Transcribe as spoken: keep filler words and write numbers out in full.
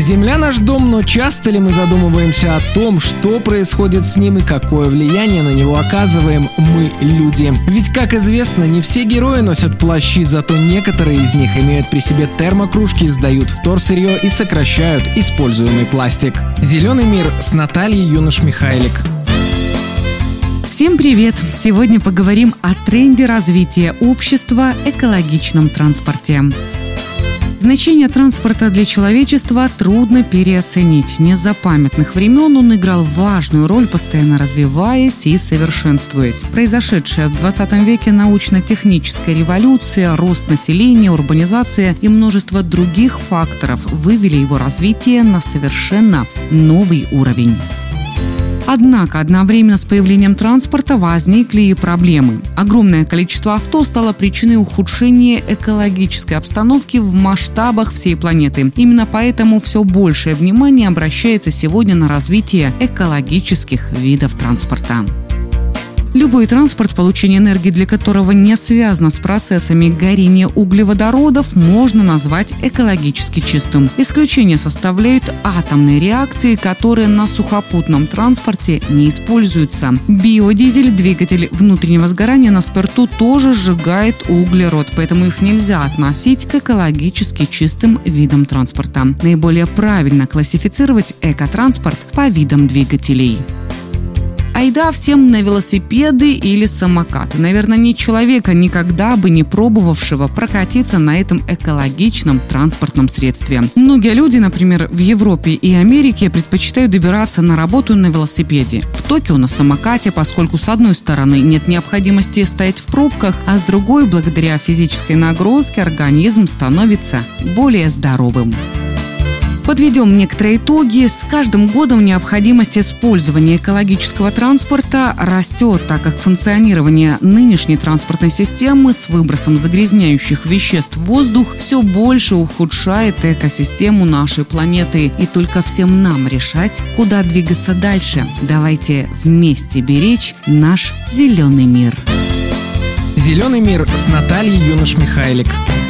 Земля наш дом, но часто ли мы задумываемся о том, что происходит с ним и какое влияние на него оказываем мы, люди? Ведь, как известно, не все герои носят плащи, зато некоторые из них имеют при себе термокружки, сдают вторсырье и сокращают используемый пластик. «Зеленый мир» с Натальей Юнош-Михайлик. Всем привет! Сегодня поговорим о тренде развития общества в экологичном транспорте. Значение транспорта для человечества трудно переоценить. С незапамятных времен он играл важную роль, постоянно развиваясь и совершенствуясь. Произошедшая в двадцатом веке научно-техническая революция, рост населения, урбанизация и множество других факторов вывели его развитие на совершенно новый уровень. Однако одновременно с появлением транспорта возникли и проблемы. Огромное количество авто стало причиной ухудшения экологической обстановки в масштабах всей планеты. Именно поэтому все большее внимание обращается сегодня на развитие экологических видов транспорта. Любой транспорт, получение энергии для которого не связано с процессами горения углеводородов, можно назвать экологически чистым. Исключение составляют атомные реакции, которые на сухопутном транспорте не используются. Биодизель, двигатель внутреннего сгорания на спирту, тоже сжигает углерод, поэтому их нельзя относить к экологически чистым видам транспорта. Наиболее правильно классифицировать экотранспорт по видам двигателей. Айда всем на велосипеды или самокаты. Наверное, нет человека, никогда бы не пробовавшего прокатиться на этом экологичном транспортном средстве. Многие люди, например, в Европе и Америке предпочитают добираться на работу на велосипеде. В Токио на самокате, поскольку с одной стороны нет необходимости стоять в пробках, а с другой, благодаря физической нагрузке, организм становится более здоровым. Подведем некоторые итоги. С каждым годом необходимость использования экологического транспорта растет, так как функционирование нынешней транспортной системы с выбросом загрязняющих веществ в воздух все больше ухудшает экосистему нашей планеты. И только всем нам решать, куда двигаться дальше. Давайте вместе беречь наш зеленый мир. «Зеленый мир» с Натальей Юнош-Михайлик.